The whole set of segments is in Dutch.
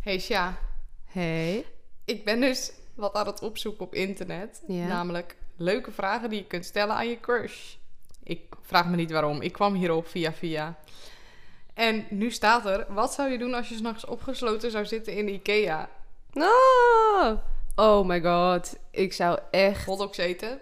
Hey Sja, Hey. ik ben dus wat aan het opzoeken op internet. Ja. Namelijk leuke vragen die je kunt stellen aan je crush. Ik vraag me niet waarom. Ik kwam hierop via. En nu staat er, wat zou je doen als je 's nachts opgesloten zou zitten in de IKEA? Oh my god. Ik zou echt... Hotdogs eten?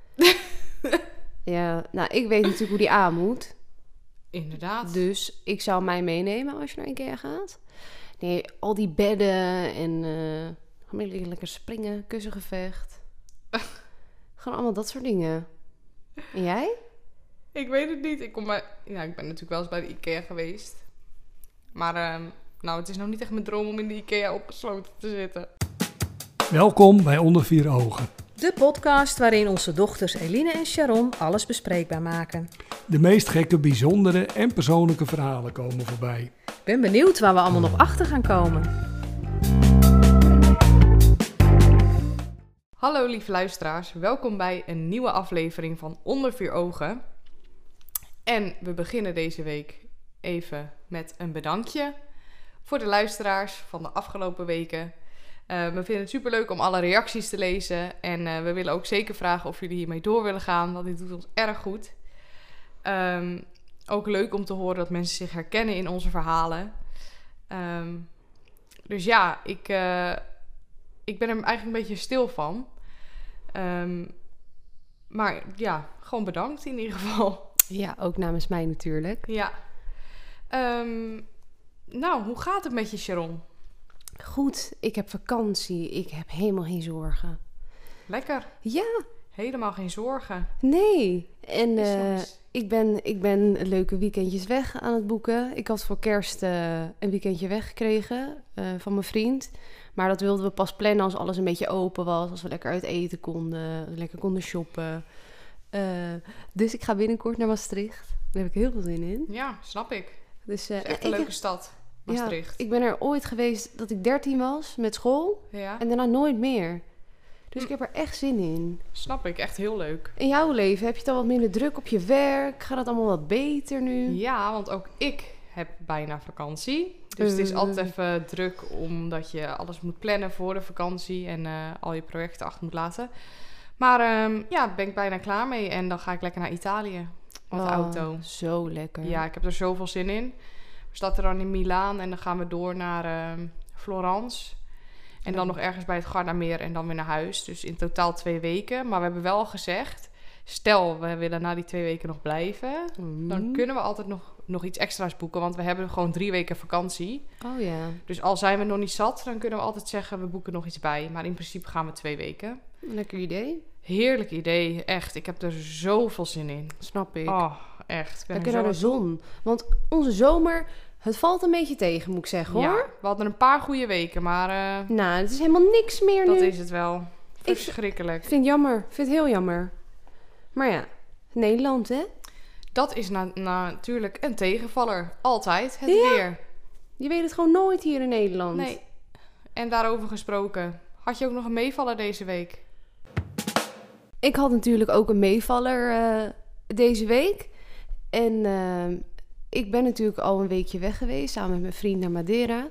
Ja, nou, ik weet natuurlijk hoe die aan moet. Inderdaad. Dus ik zou mij meenemen als je naar Ikea gaat. Nee, al die bedden en... gewoon lekker springen, kussengevecht. Gewoon allemaal dat soort dingen. En jij? Ik weet het niet. Ik ben natuurlijk wel eens bij de IKEA geweest. Maar het is nou niet echt mijn droom om in de IKEA opgesloten te zitten. Welkom bij Onder Vier Ogen. De podcast waarin onze dochters Eline en Sharon alles bespreekbaar maken. De meest gekke, bijzondere en persoonlijke verhalen komen voorbij. Ik ben benieuwd waar we allemaal nog achter gaan komen. Hallo lieve luisteraars, welkom bij een nieuwe aflevering van Onder Vier Ogen. En we beginnen deze week even met een bedankje voor de luisteraars van de afgelopen weken. We vinden het superleuk om alle reacties te lezen en we willen ook zeker vragen of jullie hiermee door willen gaan, want dit doet ons erg goed. Ook leuk om te horen dat mensen zich herkennen in onze verhalen. Dus ja, ik ben er eigenlijk een beetje stil van. Maar ja, gewoon bedankt in ieder geval. Ja, ook namens mij natuurlijk. Ja. Hoe gaat het met je, Sharon? Goed, ik heb vakantie. Ik heb helemaal geen zorgen. Lekker. Ja, Helemaal geen zorgen. nee. En Is nice. ik ben leuke weekendjes weg aan het boeken. Ik had voor kerst een weekendje weggekregen van mijn vriend. Maar dat wilden we pas plannen als alles een beetje open was. Als we lekker uit eten konden. Lekker konden shoppen. Dus ik ga binnenkort naar Maastricht. Daar heb ik heel veel zin in. Ja, snap ik. Dus, Het is echt een leuke stad, Maastricht. Ja, ik ben er ooit geweest dat ik 13 was met school. Ja, En daarna nooit meer. Dus ik heb er echt zin in. snap ik. Echt heel leuk. In jouw leven heb je dan wat minder druk op je werk? Gaat het allemaal wat beter nu? Ja, want ook ik heb bijna vakantie. Dus het is altijd even druk omdat je alles moet plannen voor de vakantie en al je projecten achter moet laten. Maar ben ik bijna klaar mee en dan ga ik lekker naar Italië. Met de auto. Zo lekker. Ja, ik heb er zoveel zin in. We starten dan in Milaan en dan gaan we door naar Florence. En dan nog ergens bij het Gardameer en dan weer naar huis. Dus in totaal 2 weken. Maar we hebben wel gezegd, stel we willen na die 2 weken nog blijven, dan kunnen we altijd nog iets extra's boeken. Want we hebben gewoon 3 weken vakantie. Oh ja. Dus al zijn we nog niet zat, dan kunnen we altijd zeggen, we boeken nog iets bij. Maar in principe gaan we 2 weken. Lekker idee. Heerlijk idee, echt. Ik heb er zoveel zin in. Snap ik. Oh, echt. Ik ben lekker er naar de zon. Want onze zomer, het valt een beetje tegen, moet ik zeggen, hoor. Ja, we hadden een paar goede weken, maar Nou, het is helemaal niks meer dat nu. is het wel. Verschrikkelijk. Ik vind het jammer. Ik vind het heel jammer. Maar ja, Nederland, hè? Dat is natuurlijk een tegenvaller. Altijd, het Ja. weer. Je weet het gewoon nooit hier in Nederland. Nee. En daarover gesproken. Had je ook nog een meevaller deze week? Ik had natuurlijk ook een meevaller deze week. En ik ben natuurlijk al een weekje weg geweest samen met mijn vriend naar Madeira.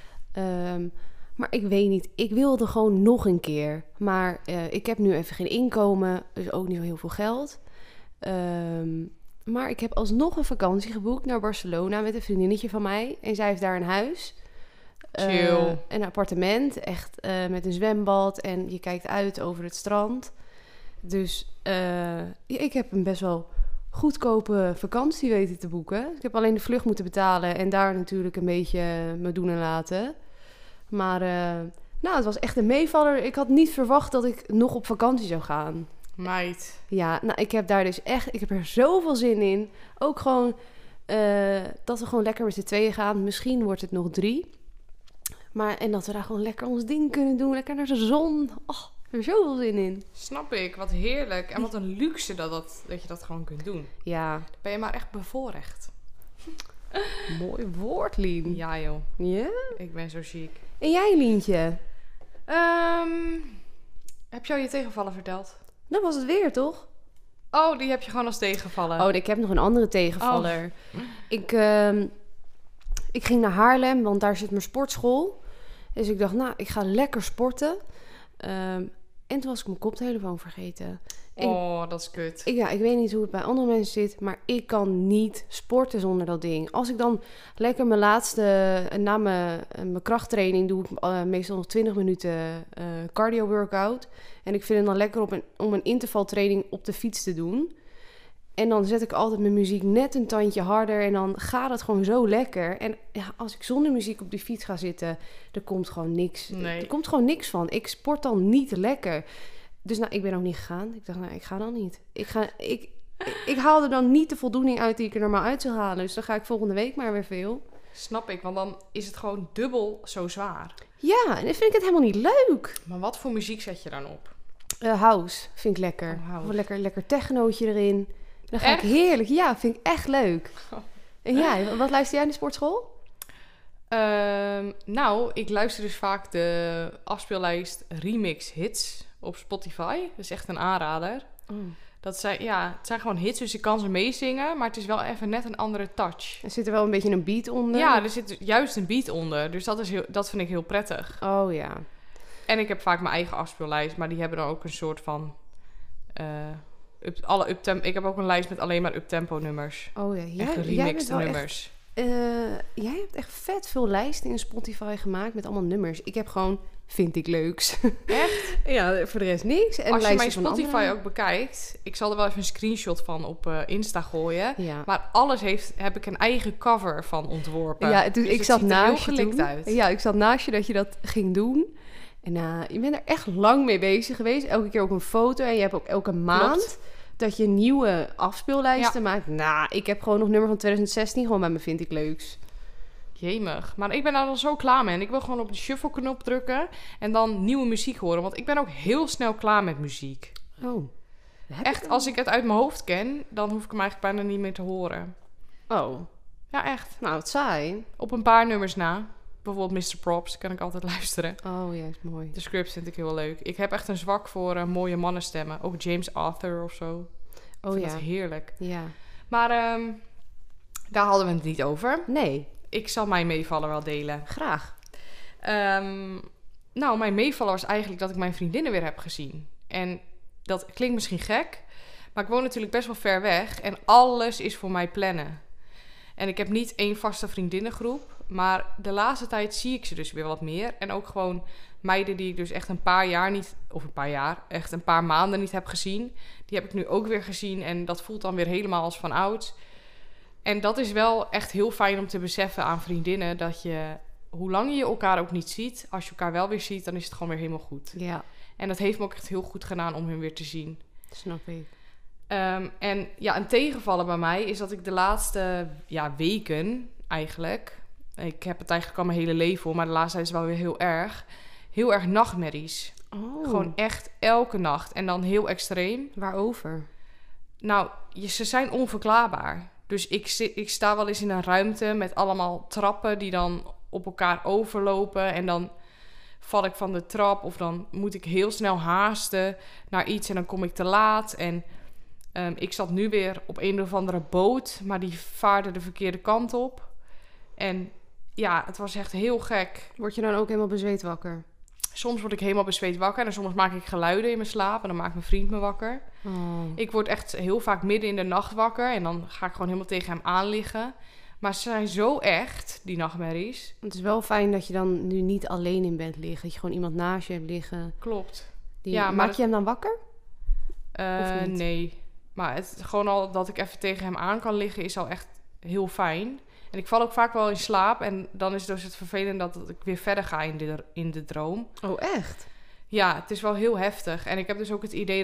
Maar ik weet niet, ik wilde gewoon nog een keer. Maar ik heb nu even geen inkomen, dus ook niet zo heel veel geld. Maar ik heb alsnog een vakantie geboekt naar Barcelona met een vriendinnetje van mij. En zij heeft daar een huis. Chill. Een appartement, echt met een zwembad. En je kijkt uit over het strand. Dus ik heb een best wel goedkope vakantie weten te boeken. Ik heb alleen de vlucht moeten betalen en daar natuurlijk een beetje me doen en laten. Maar het was echt een meevaller. Ik had niet verwacht dat ik nog op vakantie zou gaan. Meid. Ja, ik heb daar dus echt... Ik heb er zoveel zin in. Ook gewoon dat we gewoon lekker met z'n tweeën gaan. Misschien wordt het nog 3. En dat we daar gewoon lekker ons ding kunnen doen. Lekker naar de zon. Oh, ik heb er zoveel zin in. Snap ik, wat heerlijk. En wat een luxe dat je dat gewoon kunt doen. Ja, Dan ben je maar echt bevoorrecht. mooi woord, Lien. Ja joh, Ja? ik ben zo chic. En jij, Lientje? Heb je al je tegenvallen verteld? Dat was het weer, toch? Oh, die heb je gewoon als tegenvallen. Oh, ik heb nog een andere tegenvaller. Ik ging naar Haarlem, want daar zit mijn sportschool. Dus ik dacht, nou, ik ga lekker sporten. En toen was ik mijn koptelefoon vergeten. Oh, dat is kut. Ik weet niet hoe het bij andere mensen zit, maar ik kan niet sporten zonder dat ding. Als ik dan lekker mijn laatste, na mijn krachttraining doe ik meestal nog 20 minuten cardio workout. En ik vind het dan lekker om een intervaltraining op de fiets te doen. En dan zet ik altijd mijn muziek net een tandje harder en dan gaat het gewoon zo lekker. En ja, als ik zonder muziek op die fiets ga zitten, er komt gewoon niks. Nee. Er komt gewoon niks van. Ik sport dan niet lekker. Dus nou, ik ben ook niet gegaan. Ik dacht, nou, ik ga dan niet. Ik haal er dan niet de voldoening uit die ik er normaal uit zou halen. Dus dan ga ik volgende week maar weer veel. Snap ik, want dan is het gewoon dubbel zo zwaar. Ja, en dan vind ik het helemaal niet leuk. Maar wat voor muziek zet je dan op? House vind ik lekker. Oh, house. Of lekker technootje erin. Dan ga Echt? ik heerlijk. Ja, vind ik echt leuk. Oh. En jij, wat luister jij in de sportschool? Nou, ik luister dus vaak de afspeellijst Remix Hits op Spotify. Dat is echt een aanrader. Het zijn gewoon hits, dus ik kan ze meezingen, maar het is wel even net een andere touch. Er zit er wel een beetje een beat onder. Ja, er zit juist een beat onder, dus dat vind ik heel prettig. Oh ja. En ik heb vaak mijn eigen afspeellijst, maar die hebben dan ook een soort van... ik heb ook een lijst met alleen maar uptempo nummers. Oh ja. Echt geremixte nummers. Jij hebt echt vet veel lijsten in Spotify gemaakt met allemaal nummers. Ik heb gewoon, vind ik leuks. Echt? Ja, voor de rest niks. En Als je mijn lijsten van Spotify anderen. ook bekijkt, ik zal er wel even een screenshot van op Insta gooien. Ja. Maar alles heb ik een eigen cover van ontworpen. Ja, Dus ik het zat ziet er heel naast je gelikt toen. uit. Ja, ik zat naast je dat je dat ging doen. En je bent er echt lang mee bezig geweest. Elke keer ook een foto. En je hebt ook elke maand dat je nieuwe afspeellijsten maakt. Nou, ik heb gewoon nog nummer van 2016 gewoon bij me vind ik leuks. Jemig. Maar ik ben daar dan zo klaar mee. En ik wil gewoon op de shuffle-knop drukken en dan nieuwe muziek horen. Want ik ben ook heel snel klaar met muziek. Oh. Echt, als ik het uit mijn hoofd ken, dan hoef ik hem eigenlijk bijna niet meer te horen. Oh. Ja, echt. Nou, wat saai. Op een paar nummers na. Bijvoorbeeld Mr. Props kan ik altijd luisteren. Oh, ja, is mooi. De scripts vind ik heel leuk. Ik heb echt een zwak voor mooie mannenstemmen. Ook James Arthur of zo. Oh Ik vind ja. dat heerlijk. Ja. Maar daar hadden we het niet over. Nee, Ik zal mijn meevaller wel delen. graag. Nou, mijn meevaller was eigenlijk dat ik mijn vriendinnen weer heb gezien. En dat klinkt misschien gek, maar ik woon natuurlijk best wel ver weg. En alles is voor mij plannen. En ik heb niet één vaste vriendinnengroep. Maar de laatste tijd zie ik ze dus weer wat meer. En ook gewoon meiden die ik dus echt een paar maanden niet heb gezien. Die heb ik nu ook weer gezien. En dat voelt dan weer helemaal als van ouds. En dat is wel echt heel fijn om te beseffen aan vriendinnen. Dat je, hoe lang je elkaar ook niet ziet, als je elkaar wel weer ziet, dan is het gewoon weer helemaal goed. Ja, En dat heeft me ook echt heel goed gedaan om hem weer te zien. snap ik. En ja, een tegenvaller bij mij is dat ik de laatste weken eigenlijk... Ik heb het eigenlijk al mijn hele leven voor, maar de laatste tijd is het wel weer heel erg nachtmerries. Oh. Gewoon echt elke nacht. En dan heel extreem. Waarover? Nou, ze zijn onverklaarbaar. Dus ik sta wel eens in een ruimte met allemaal trappen die dan op elkaar overlopen. En dan val ik van de trap of dan moet ik heel snel haasten naar iets en dan kom ik te laat. En ik zat nu weer op een of andere boot, maar die vaarde de verkeerde kant op. En ja, het was echt heel gek. Word je dan ook helemaal bezweet wakker? Soms word ik helemaal bezweet wakker en soms maak ik geluiden in mijn slaap en dan maakt mijn vriend me wakker. Oh. Ik word echt heel vaak midden in de nacht wakker en dan ga ik gewoon helemaal tegen hem aan liggen. Maar ze zijn zo echt, die nachtmerries. Het is wel fijn dat je dan nu niet alleen in bed ligt. Dat je gewoon iemand naast je hebt liggen. Klopt. Ja, maar maak je hem dan wakker? Of niet? Nee. Maar gewoon al dat ik even tegen hem aan kan liggen is al echt heel fijn. En ik val ook vaak wel in slaap. En dan is dus het vervelend dat ik weer verder ga in de droom. Oh, echt? Ja, het is wel heel heftig. En ik heb dus ook het idee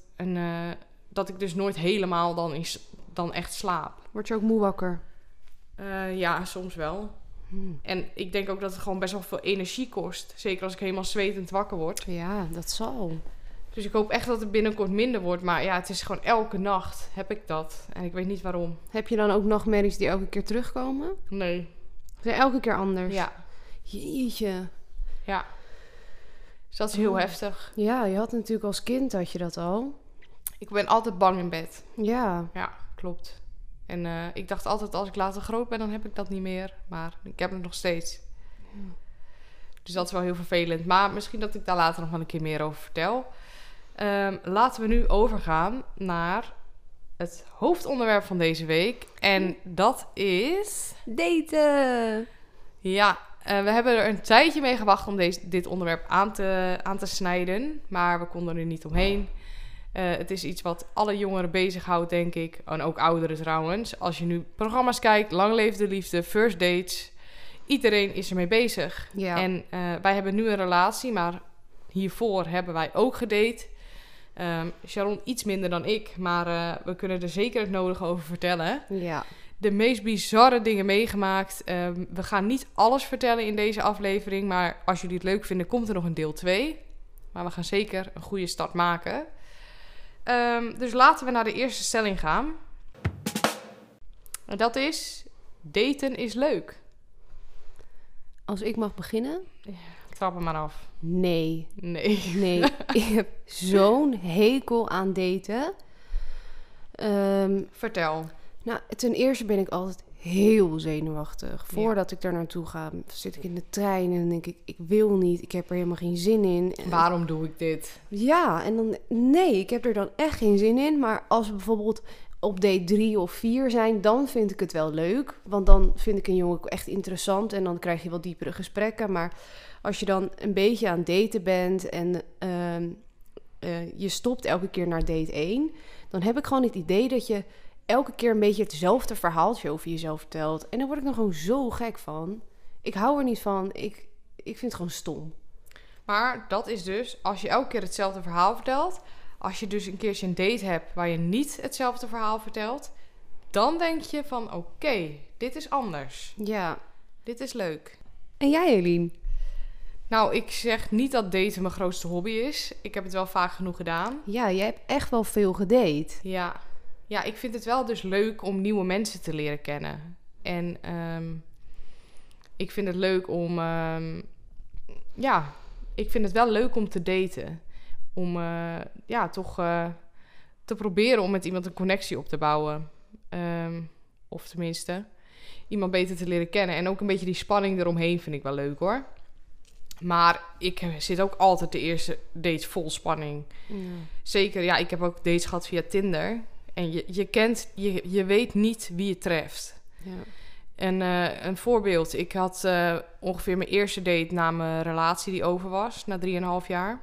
dat ik dus nooit helemaal dan echt slaap. Word je ook moe wakker? Ja, soms wel. En ik denk ook dat het gewoon best wel veel energie kost. Zeker als ik helemaal zwetend wakker word. Ja, dat zal. Dus ik hoop echt dat het binnenkort minder wordt. Maar ja, het is gewoon elke nacht heb ik dat. En ik weet niet waarom. Heb je dan ook nachtmerries die elke keer terugkomen? Nee. Zijn elke keer anders? Ja. Jeetje. Ja. Dus dat is heel heftig. Ja, je had natuurlijk als kind had je dat al. Ik ben altijd bang in bed. Ja. Ja, klopt. En ik dacht altijd als ik later groot ben, dan heb ik dat niet meer. Maar ik heb het nog steeds. Dus dat is wel heel vervelend. Maar misschien dat ik daar later nog wel een keer meer over vertel. Laten we nu overgaan naar het hoofdonderwerp van deze week. En dat is... Daten! Ja, we hebben er een tijdje mee gewacht om dit onderwerp aan te snijden. Maar we konden er niet omheen. Het is iets wat alle jongeren bezighoudt, denk ik. En ook ouderen trouwens. Als je nu programma's kijkt, Lang Leef de Liefde, First Dates. Iedereen is ermee bezig. Ja. En wij hebben nu een relatie, maar hiervoor hebben wij ook gedate. Sharon iets minder dan ik, maar we kunnen er zeker het nodige over vertellen. Ja. De meest bizarre dingen meegemaakt. We gaan niet alles vertellen in deze aflevering, maar als jullie het leuk vinden, komt er nog een deel 2. Maar we gaan zeker een goede start maken. Dus laten we naar de eerste stelling gaan. En dat is, daten is leuk. Als ik mag beginnen? Trap hem maar af. Nee. Nee. Ik heb zo'n hekel aan daten. Vertel. Nou, ten eerste ben ik altijd heel zenuwachtig. Voordat ik daar naartoe ga, zit ik in de trein en dan denk ik wil niet. Ik heb er helemaal geen zin in. Waarom doe ik dit? Ja, en dan... Nee, ik heb er dan echt geen zin in. Maar als we bijvoorbeeld op date 3 of 4 zijn, dan vind ik het wel leuk. Want dan vind ik een jongen ook echt interessant en dan krijg je wel diepere gesprekken. Maar als je dan een beetje aan het daten bent en je stopt elke keer naar date 1... dan heb ik gewoon het idee dat je elke keer een beetje hetzelfde verhaaltje over jezelf vertelt. En daar word ik dan gewoon zo gek van. Ik hou er niet van. Ik vind het gewoon stom. Maar dat is dus, als je elke keer hetzelfde verhaal vertelt, als je dus een keertje een date hebt waar je niet hetzelfde verhaal vertelt, dan denk je van oké, dit is anders. Ja. Dit is leuk. En jij, Eline? Nou, ik zeg niet dat daten mijn grootste hobby is. Ik heb het wel vaak genoeg gedaan. Ja, jij hebt echt wel veel gedate. Ja, ik vind het wel dus leuk om nieuwe mensen te leren kennen. En ik vind het leuk om... ik vind het wel leuk om te daten. Om toch te proberen om met iemand een connectie op te bouwen. Of tenminste, iemand beter te leren kennen. En ook een beetje die spanning eromheen vind ik wel leuk hoor. Maar ik zit ook altijd de eerste dates vol spanning. Ja. Zeker, ja, ik heb ook dates gehad via Tinder. En je weet niet wie je treft. Ja. En een voorbeeld. Ik had ongeveer mijn eerste date na mijn relatie die over was. Na 3,5 jaar.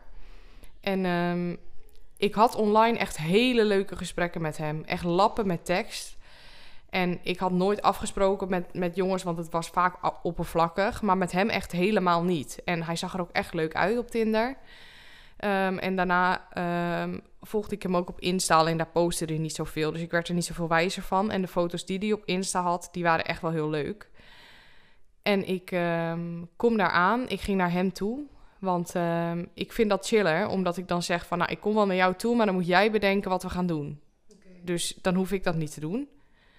En ik had online echt hele leuke gesprekken met hem. Echt lappen met tekst. En ik had nooit afgesproken met jongens, want het was vaak oppervlakkig. Maar met hem echt helemaal niet. En hij zag er ook echt leuk uit op Tinder. En daarna volgde ik hem ook op Insta. Alleen daar postte hij niet zoveel. Dus ik werd er niet zoveel wijzer van. En de foto's die hij op Insta had, die waren echt wel heel leuk. En ik kom daar aan. Ik ging naar hem toe. Want ik vind dat chiller. Omdat ik dan zeg van, nou, ik kom wel naar jou toe, maar dan moet jij bedenken wat we gaan doen. Okay. Dus dan hoef ik dat niet te doen.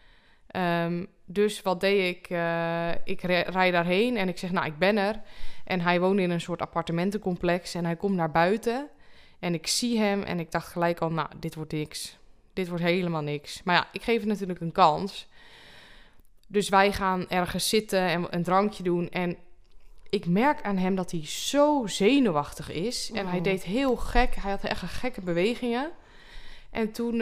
Dus wat deed ik? Ik rijd daarheen en ik zeg, nou, ik ben er. En hij woonde in een soort appartementencomplex en hij komt naar buiten. En ik zie hem en ik dacht gelijk al, nou, dit wordt niks. Dit wordt helemaal niks. Maar ja, ik geef het natuurlijk een kans. Dus wij gaan ergens zitten en een drankje doen. En ik merk aan hem dat hij zo zenuwachtig is. En hij deed heel gek. Hij had echt gekke bewegingen. En toen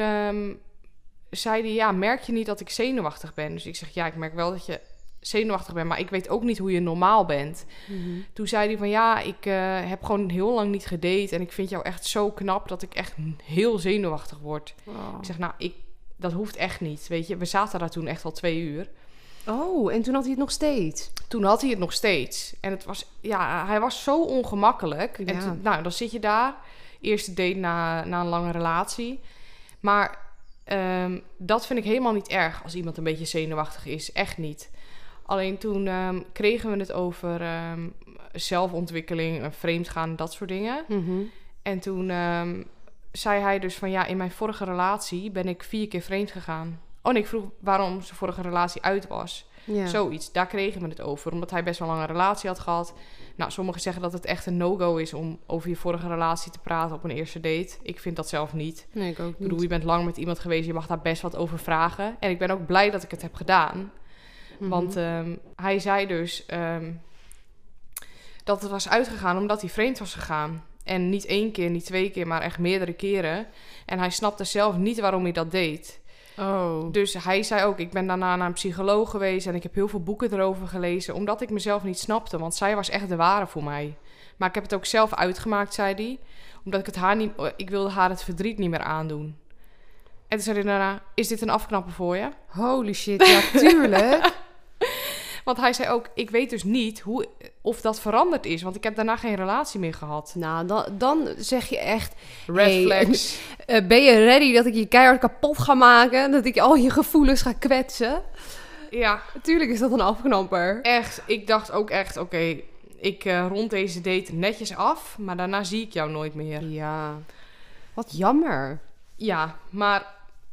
zei hij, ja, merk je niet dat ik zenuwachtig ben? Dus ik zeg, ja, ik merk wel dat je zenuwachtig bent, maar ik weet ook niet hoe je normaal bent. Mm-hmm. Toen zei hij van, ja, ik heb gewoon heel lang niet gedate en ik vind jou echt zo knap dat ik echt heel zenuwachtig word. Oh. Ik zeg, nou, dat hoeft echt niet, weet je. We zaten daar toen echt al 2 uur. Oh, en toen had hij het nog steeds? Toen had hij het nog steeds. En het was, ja, hij was zo ongemakkelijk. Ja. En toen, nou, dan zit je daar. Eerste date na een lange relatie. Maar dat vind ik helemaal niet erg als iemand een beetje zenuwachtig is. Echt niet. Alleen toen kregen we het over zelfontwikkeling, vreemdgaan, dat soort dingen. Mm-hmm. En toen zei hij dus van, ja, in mijn vorige relatie ben ik 4 keer vreemd gegaan. Oh nee, ik vroeg waarom zijn vorige relatie uit was. Ja. Zoiets, daar kregen we het over. Omdat hij best wel een lange relatie had gehad. Nou, sommigen zeggen dat het echt een no-go is om over je vorige relatie te praten op een eerste date. Ik vind dat zelf niet. Nee, ik ook niet. Ik bedoel, je bent lang met iemand geweest, je mag daar best wat over vragen. En ik ben ook blij dat ik het heb gedaan. Mm-hmm. Want hij zei dus dat het was uitgegaan omdat hij vreemd was gegaan. En niet 1 keer, niet 2 keer, maar echt meerdere keren. En hij snapte zelf niet waarom hij dat deed. Oh. Dus hij zei ook, ik ben daarna naar een psycholoog geweest en ik heb heel veel boeken erover gelezen, omdat ik mezelf niet snapte, want zij was echt de ware voor mij. Maar ik heb het ook zelf uitgemaakt, zei hij, omdat ik wilde haar het verdriet niet meer aandoen. En toen zei hij daarna, is dit een afknapper voor je? Holy shit, ja, tuurlijk. Want hij zei ook, ik weet dus niet of dat veranderd is, want ik heb daarna geen relatie meer gehad. Nou, dan zeg je echt... Red flags. Ben je ready dat ik je keihard kapot ga maken? Dat ik al je gevoelens ga kwetsen? Ja, Natuurlijk is dat een afknapper. echt. Ik dacht ook echt, oké, ik rond deze date netjes af, maar daarna zie ik jou nooit meer. Ja. Wat jammer. Ja, maar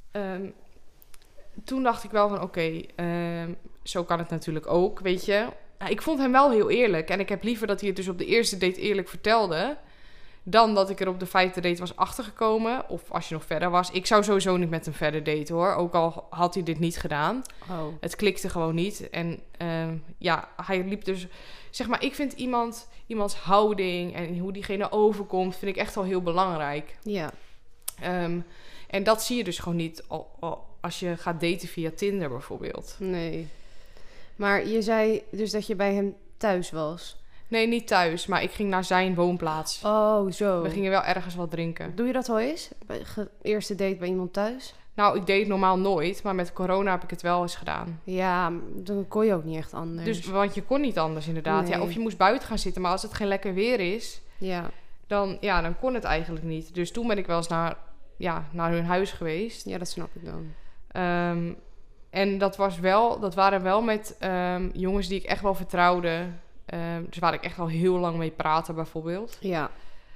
toen dacht ik wel van oké, zo kan het natuurlijk ook, weet je. Ja, ik vond hem wel heel eerlijk. En ik heb liever dat hij het dus op de eerste date eerlijk vertelde, dan dat ik er op de 5e date was achtergekomen. Of als je nog verder was. Ik zou sowieso niet met hem verder daten hoor. Ook al had hij dit niet gedaan. Oh. Het klikte gewoon niet. En ja, hij liep dus... Zeg maar, ik vind iemands houding en hoe diegene overkomt, vind ik echt wel heel belangrijk. Ja. En dat zie je dus gewoon niet als je gaat daten via Tinder bijvoorbeeld. Nee. Maar je zei dus dat je bij hem thuis was. Nee, niet thuis, maar ik ging naar zijn woonplaats. Oh, zo. We gingen wel ergens wat drinken. Doe je dat wel eens? Eerste date bij iemand thuis? Nou, ik deed het normaal nooit, maar met corona heb ik het wel eens gedaan. Ja, dan kon je ook niet echt anders. Dus, want je kon niet anders inderdaad. Nee. Ja, of je moest buiten gaan zitten, maar als het geen lekker weer is, Ja. dan kon het eigenlijk niet. Dus toen ben ik wel eens naar hun huis geweest. Ja, dat snap ik dan. En dat waren wel met jongens die ik echt wel vertrouwde. Dus waar ik echt al heel lang mee praatte bijvoorbeeld. Ja.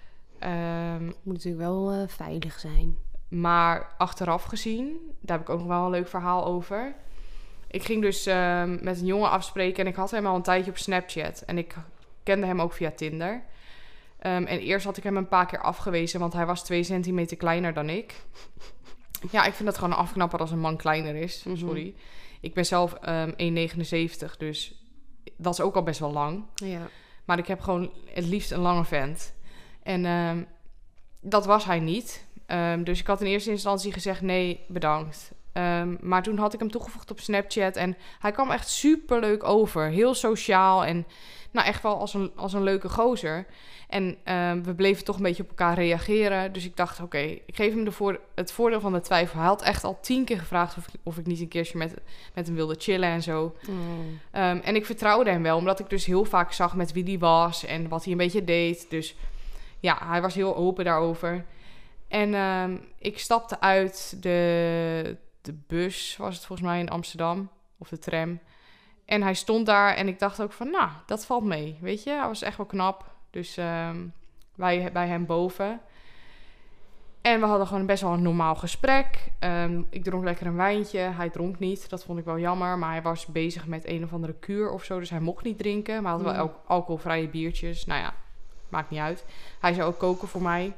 Moet natuurlijk wel veilig zijn. Maar achteraf gezien, daar heb ik ook nog wel een leuk verhaal over. Ik ging dus met een jongen afspreken en ik had hem al een tijdje op Snapchat. En ik kende hem ook via Tinder. En eerst had ik hem een paar keer afgewezen, want hij was 2 centimeter kleiner dan ik. Ja, ik vind dat gewoon een afknapper als een man kleiner is. Sorry. Ik ben zelf 1,79, dus dat is ook al best wel lang. Ja. Maar ik heb gewoon het liefst een lange vent. En dat was hij niet. Dus ik had in eerste instantie gezegd nee, bedankt. Maar toen had ik hem toegevoegd op Snapchat en hij kwam echt super leuk over. Heel sociaal en nou echt wel als een leuke gozer. En we bleven toch een beetje op elkaar reageren. Dus ik dacht, oké, ik geef hem het voordeel van de twijfel. Hij had echt al 10 keer gevraagd of ik niet een keertje met hem wilde chillen en zo. En ik vertrouwde hem wel, omdat ik dus heel vaak zag met wie hij was en wat hij een beetje deed. Dus ja, hij was heel open daarover. En ik stapte uit de bus, was het volgens mij in Amsterdam, of de tram. En hij stond daar en ik dacht ook van, nou, dat valt mee, weet je. Hij was echt wel knap. Dus wij bij hem boven. En we hadden gewoon best wel een normaal gesprek. Ik dronk lekker een wijntje. Hij dronk niet. Dat vond ik wel jammer. Maar hij was bezig met een of andere kuur of zo. Dus hij mocht niet drinken. Maar hij had wel alcoholvrije biertjes. Nou ja, maakt niet uit. Hij zou ook koken voor mij.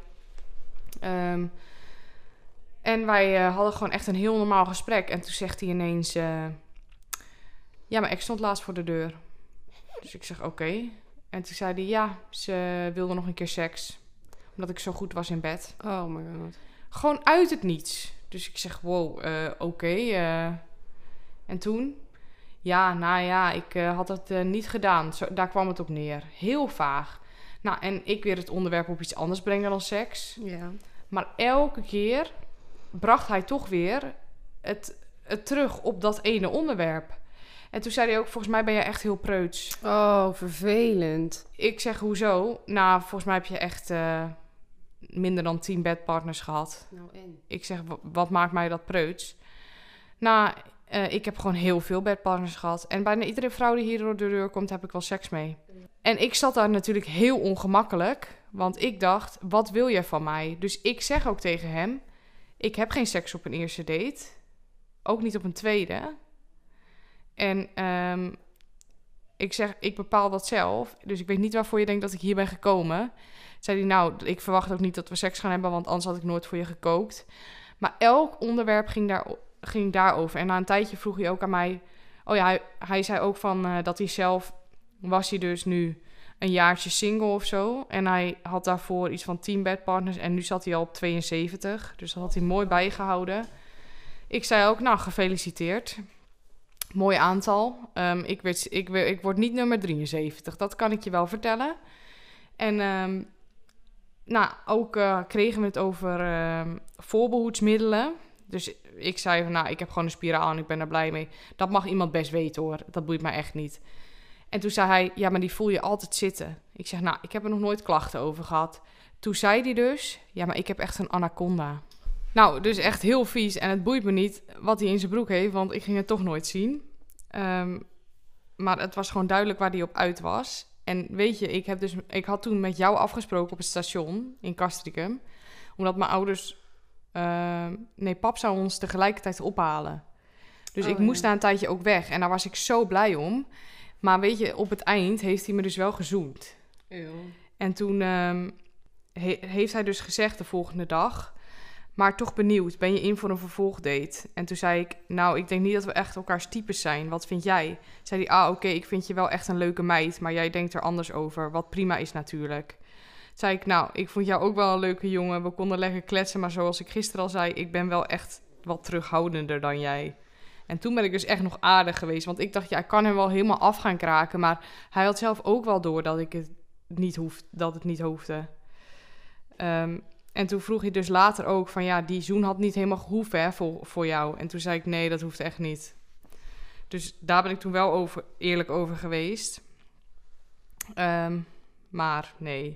En wij hadden gewoon echt een heel normaal gesprek. En toen zegt hij ineens... ja, maar ik stond laatst voor de deur. Dus ik zeg oké. En toen zei hij, ja, ze wilde nog een keer seks. Omdat ik zo goed was in bed. Oh my god. Gewoon uit het niets. Dus ik zeg, wow, oké. En toen? Ja, nou ja, ik had het niet gedaan. Daar kwam het op neer. Heel vaag. Nou, en ik weer het onderwerp op iets anders brengen dan seks. Ja. Maar elke keer bracht hij toch weer het terug op dat ene onderwerp. En toen zei hij ook, volgens mij ben je echt heel preuts. Oh, vervelend. Ik zeg, hoezo? Nou, volgens mij heb je echt minder dan 10 bedpartners gehad. Nou en? Ik zeg, wat maakt mij dat preuts? Nou, ik heb gewoon heel veel bedpartners gehad. En bijna iedere vrouw die hier door de deur komt, heb ik wel seks mee. En ik zat daar natuurlijk heel ongemakkelijk. Want ik dacht, wat wil je van mij? Dus ik zeg ook tegen hem, ik heb geen seks op een eerste date. Ook niet op een tweede. En ik zeg, ik bepaal dat zelf. Dus ik weet niet waarvoor je denkt dat ik hier ben gekomen. Zei hij, nou, ik verwacht ook niet dat we seks gaan hebben, want anders had ik nooit voor je gekookt. Maar elk onderwerp ging daarover. En na een tijdje vroeg hij ook aan mij... Oh ja, hij zei ook van dat hij zelf... Was hij dus nu een jaartje single of zo. En hij had daarvoor iets van 10 bedpartners. En nu zat hij al op 72. Dus dat had hij mooi bijgehouden. Ik zei ook, nou, gefeliciteerd. Mooi aantal. Ik word niet nummer 73. Dat kan ik je wel vertellen. En ook kregen we het over voorbehoedsmiddelen. Dus ik zei van, nou, ik heb gewoon een spiraal en ik ben er blij mee. Dat mag iemand best weten, hoor. Dat boeit mij echt niet. En toen zei hij, ja, maar die voel je altijd zitten. Ik zeg, nou, ik heb er nog nooit klachten over gehad. Toen zei hij dus, ja, maar ik heb echt een anaconda. Nou, dus echt heel vies. En het boeit me niet wat hij in zijn broek heeft, want ik ging het toch nooit zien. Maar het was gewoon duidelijk waar hij op uit was. En weet je, ik had toen met jou afgesproken op het station in Castricum. Omdat mijn ouders... pap zou ons tegelijkertijd ophalen. Dus ik moest na een tijdje ook weg. En daar was ik zo blij om. Maar weet je, op het eind heeft hij me dus wel gezoend. Eeuw. En toen heeft hij dus gezegd de volgende dag... maar toch benieuwd, ben je in voor een vervolgdate? En toen zei ik, nou, ik denk niet dat we echt elkaars types zijn. Wat vind jij? Zei hij, oké, ik vind je wel echt een leuke meid... maar jij denkt er anders over, wat prima is natuurlijk. Zei ik, nou, ik vond jou ook wel een leuke jongen. We konden lekker kletsen, maar zoals ik gisteren al zei... ik ben wel echt wat terughoudender dan jij. En toen ben ik dus echt nog aardig geweest. Want ik dacht, ja, ik kan hem wel helemaal af gaan kraken... maar hij had zelf ook wel door dat het niet hoefde. En toen vroeg hij dus later ook van... ja, die zoen had niet helemaal gehoeven hè, voor jou. En toen zei ik, nee, dat hoeft echt niet. Dus daar ben ik toen wel eerlijk over geweest. Maar nee...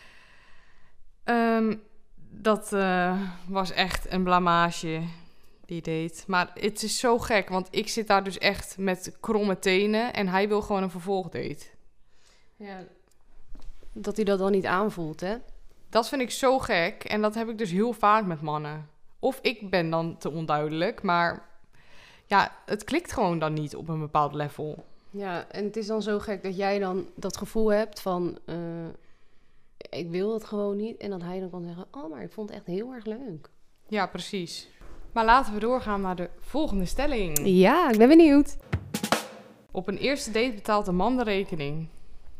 dat was echt een blamage, die date. Maar het is zo gek, want ik zit daar dus echt met kromme tenen... en hij wil gewoon een vervolgdate. Ja, dat hij dat dan niet aanvoelt, hè? Dat vind ik zo gek en dat heb ik dus heel vaak met mannen. Of ik ben dan te onduidelijk, maar ja, het klikt gewoon dan niet op een bepaald level. Ja, en het is dan zo gek dat jij dan dat gevoel hebt van... ik wil het gewoon niet. En dat hij dan kan zeggen... oh, maar ik vond het echt heel erg leuk. Ja, precies. Maar laten we doorgaan naar de volgende stelling. Ja, ik ben benieuwd. Op een eerste date betaalt de man de rekening.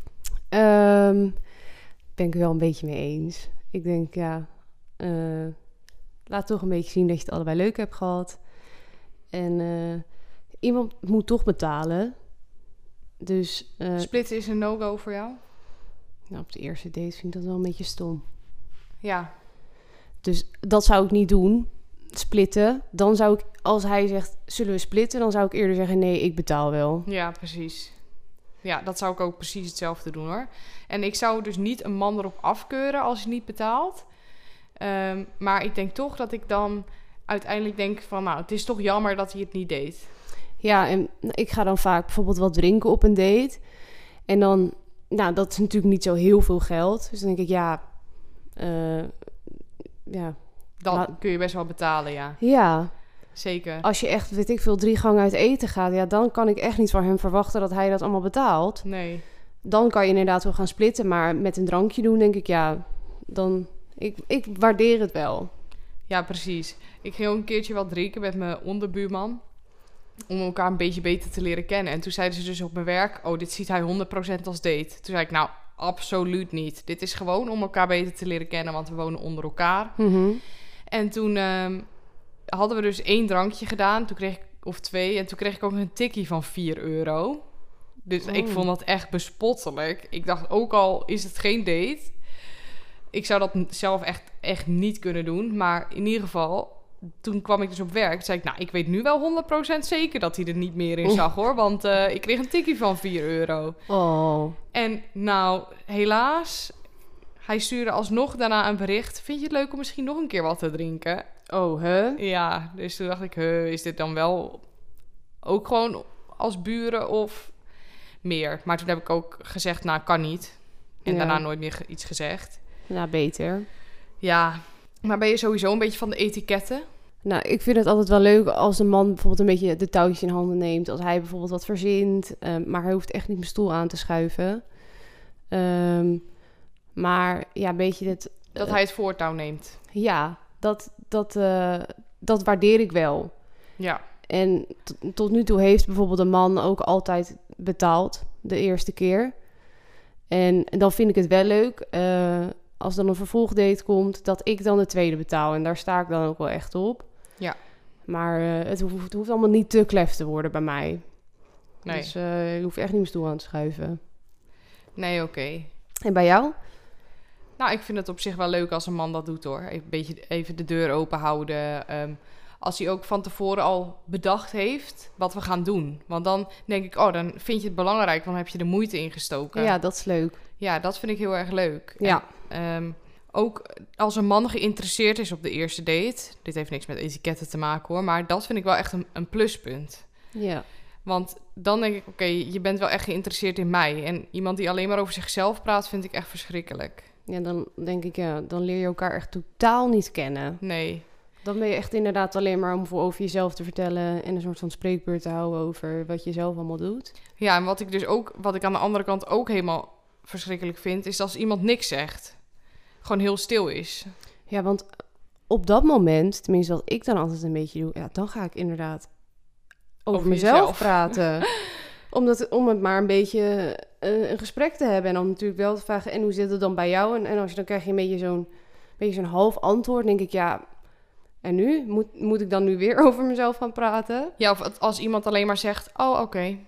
Ben ik wel een beetje mee eens. Ik denk, ja... laat toch een beetje zien dat je het allebei leuk hebt gehad. En iemand moet toch betalen. Dus... Splitten is een no-go voor jou? Nou, op de eerste date vind ik dat wel een beetje stom. Ja. Dus dat zou ik niet doen. Splitten. Dan zou ik, als hij zegt, zullen we splitten? Dan zou ik eerder zeggen, nee, ik betaal wel. Ja, precies. Ja, dat zou ik ook precies hetzelfde doen, hoor. En ik zou dus niet een man erop afkeuren als hij niet betaalt. Maar ik denk toch dat ik dan uiteindelijk denk van... nou, het is toch jammer dat hij het niet deed. Ja, en ik ga dan vaak bijvoorbeeld wat drinken op een date. En dan... nou, dat is natuurlijk niet zo heel veel geld. Dus dan denk ik, ja... Dan kun je best wel betalen, ja. Ja. Zeker. Als je echt, weet ik veel, 3 gangen uit eten gaat... ja, dan kan ik echt niet van hem verwachten dat hij dat allemaal betaalt. Nee. Dan kan je inderdaad wel gaan splitten. Maar met een drankje doen, denk ik, ja... dan... Ik waardeer het wel. Ja, precies. Ik ging ook een keertje wat drinken met mijn onderbuurman... om elkaar een beetje beter te leren kennen. En toen zeiden ze dus op mijn werk... oh, dit ziet hij 100% als date. Toen zei ik, nou, absoluut niet. Dit is gewoon om elkaar beter te leren kennen... want we wonen onder elkaar. Mm-hmm. En toen hadden we dus 1 drankje gedaan. Toen kreeg ik, of 2. En toen kreeg ik ook een tikkie van €4. Dus ik vond dat echt bespottelijk. Ik dacht, ook al is het geen date... ik zou dat zelf echt niet kunnen doen. Maar in ieder geval... toen kwam ik dus op werk. Toen zei ik, nou, ik weet nu wel 100% zeker dat hij er niet meer in zag, hoor. Want ik kreeg een tikkie van €4. Oh. En nou, helaas... hij stuurde alsnog daarna een bericht... vind je het leuk om misschien nog een keer wat te drinken? Oh, hè? Ja, dus toen dacht ik... is dit dan wel ook gewoon als buren of meer? Maar toen heb ik ook gezegd, nou, kan niet. En daarna nooit meer iets gezegd. Nou, beter. Ja, maar ben je sowieso een beetje van de etiketten? Nou, ik vind het altijd wel leuk als een man bijvoorbeeld een beetje de touwtjes in handen neemt. Als hij bijvoorbeeld wat verzint. Maar hij hoeft echt niet mijn stoel aan te schuiven. Maar ja, een beetje het... dat hij het voortouw neemt. Ja, dat waardeer ik wel. Ja. En tot nu toe heeft bijvoorbeeld een man ook altijd betaald. De eerste keer. En dan vind ik het wel leuk, als dan een vervolgdate komt, dat ik dan de tweede betaal. En daar sta ik dan ook wel echt op. Ja. Maar het hoeft allemaal niet te klef te worden bij mij. Nee. Dus je hoeft echt niet mijn stoel aan te schuiven. Nee, oké. En bij jou? Nou, ik vind het op zich wel leuk als een man dat doet, hoor. Een beetje even de deur open houden. Als hij ook van tevoren al bedacht heeft wat we gaan doen. Want dan denk ik, dan vind je het belangrijk, want dan heb je de moeite ingestoken. Ja, dat is leuk. Ja, dat vind ik heel erg leuk. Ja. En, ook als een man geïnteresseerd is op de eerste date. Dit heeft niks met etiketten te maken, hoor. Maar dat vind ik wel echt een pluspunt. Ja. Want dan denk ik, oké, je bent wel echt geïnteresseerd in mij. En iemand die alleen maar over zichzelf praat, vind ik echt verschrikkelijk. Ja, dan denk ik, dan leer je elkaar echt totaal niet kennen. Nee. Dan ben je echt inderdaad alleen maar om over jezelf te vertellen en een soort van spreekbeurt te houden over wat je zelf allemaal doet. Ja, en wat ik aan de andere kant ook helemaal verschrikkelijk vind, is als iemand niks zegt. Gewoon heel stil is. Ja, want op dat moment, tenminste wat ik dan altijd een beetje doe, ja, dan ga ik inderdaad over mezelf jezelf praten. Om het maar een beetje een gesprek te hebben. En dan natuurlijk wel te vragen, en hoe zit het dan bij jou? En als je dan krijg je een beetje zo'n half antwoord, denk ik, ja, en nu? Moet ik dan nu weer over mezelf gaan praten? Ja, of als iemand alleen maar zegt, oh, oké.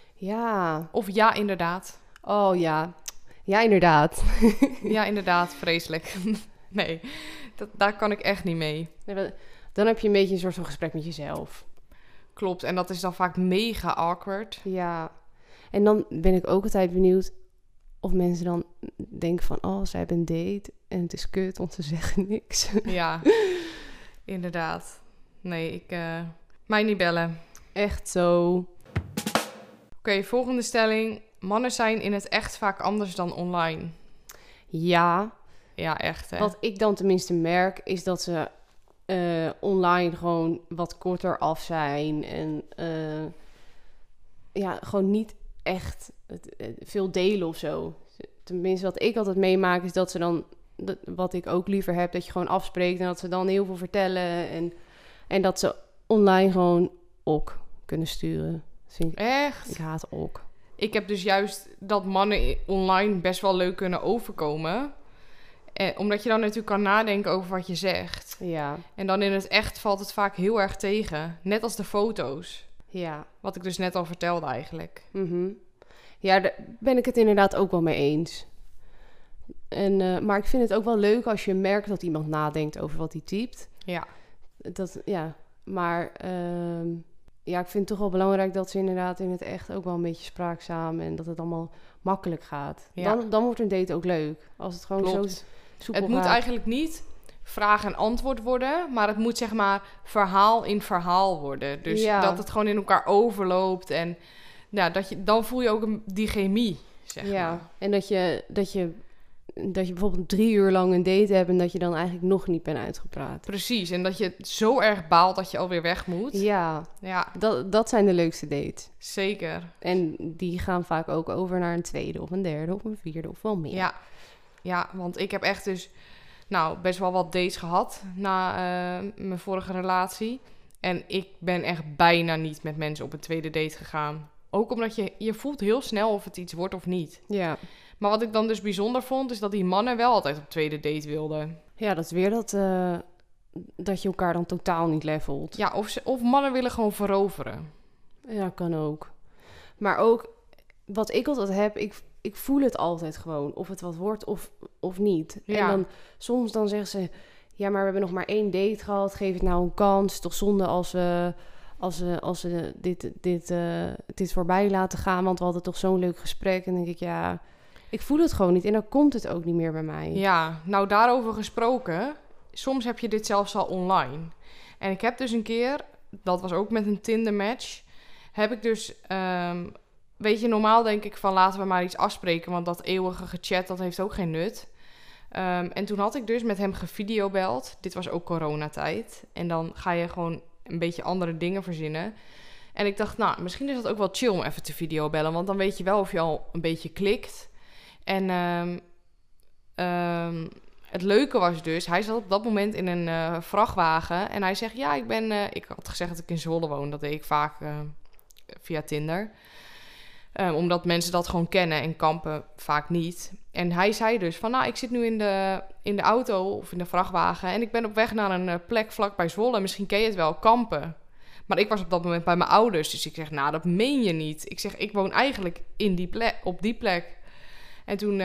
Ja. Of ja, inderdaad. Oh ja. Ja, inderdaad. Ja, inderdaad, vreselijk. Nee, daar kan ik echt niet mee. Dan heb je een beetje een soort van gesprek met jezelf. Klopt, en dat is dan vaak mega awkward. Ja. En dan ben ik ook altijd benieuwd of mensen dan denken van, oh, zij hebben een date en het is kut, want ze zeggen niks. Ja, inderdaad. Nee, mij niet bellen. Echt zo. Oké, volgende stelling. Mannen zijn in het echt vaak anders dan online. Ja. Ja, echt, hè? Wat ik dan tenminste merk, is dat ze online gewoon wat korter af zijn. En gewoon niet echt veel delen of zo. Tenminste, wat ik altijd meemaak, is dat ze dan, wat ik ook liever heb, dat je gewoon afspreekt en dat ze dan heel veel vertellen. En dat ze online gewoon ook kunnen sturen. Dat vind ik, Echt? ik haat ook. Ik heb dus juist dat mannen online best wel leuk kunnen overkomen. Omdat je dan natuurlijk kan nadenken over wat je zegt. Ja. En dan in het echt valt het vaak heel erg tegen. Net als de foto's. Ja. Wat ik dus net al vertelde eigenlijk. Mm-hmm. Ja, daar ben ik het inderdaad ook wel mee eens. Maar ik vind het ook wel leuk als je merkt dat iemand nadenkt over wat hij typt. Ja. Maar ik vind het toch wel belangrijk dat ze inderdaad in het echt ook wel een beetje spraakzaam en dat het allemaal makkelijk gaat. Ja. Dan wordt een date ook leuk. Als het gewoon Klopt. zo soepel Het moet gaat. eigenlijk niet vraag en antwoord worden, maar het moet zeg maar verhaal in verhaal worden. Dus dat het gewoon in elkaar overloopt en dan voel je ook die chemie, zeg maar. En dat je bijvoorbeeld 3 uur lang een date hebt en dat je dan eigenlijk nog niet bent uitgepraat. Precies, en dat je zo erg baalt dat je alweer weg moet. Ja, dat zijn de leukste dates. Zeker. En die gaan vaak ook over naar een tweede of een derde of een vierde of wel meer. Ja, want ik heb echt dus best wel wat dates gehad na mijn vorige relatie. En ik ben echt bijna niet met mensen op een tweede date gegaan. Ook omdat je voelt heel snel of het iets wordt of niet. Ja. Maar wat ik dan dus bijzonder vond, is dat die mannen wel altijd op tweede date wilden. Ja, dat is weer dat je elkaar dan totaal niet levelt. Ja, of mannen willen gewoon veroveren. Ja, kan ook. Maar ook, wat ik altijd heb, ik voel het altijd gewoon. Of het wat wordt of niet. Ja. En dan soms dan zeggen ze, ja, maar we hebben nog maar 1 date gehad. Geef het nou een kans. Het is toch zonde als we dit voorbij laten gaan. Want we hadden toch zo'n leuk gesprek. En dan denk ik, ja, ik voel het gewoon niet. En dan komt het ook niet meer bij mij. Ja, nou daarover gesproken. Soms heb je dit zelfs al online. En ik heb dus een keer, dat was ook met een Tinder match, heb ik dus, weet je, normaal denk ik van laten we maar iets afspreken, want dat eeuwige gechat, dat heeft ook geen nut. En toen had ik dus met hem gevideobeld. Dit was ook coronatijd. En dan ga je gewoon een beetje andere dingen verzinnen. En ik dacht, misschien is het ook wel chill om even te videobellen, want dan weet je wel of je al een beetje klikt. En het leuke was dus, hij zat op dat moment in een vrachtwagen en hij zegt, ja, ik had gezegd dat ik in Zwolle woon, dat deed ik vaak via Tinder. Omdat mensen dat gewoon kennen en kampen vaak niet. En hij zei dus van, nou, ik zit nu in de auto of in de vrachtwagen... en ik ben op weg naar een plek vlakbij Zwolle. Misschien ken je het wel, kampen. Maar ik was op dat moment bij mijn ouders. Dus ik zeg, nou, dat meen je niet. Ik zeg, ik woon eigenlijk op die plek. En toen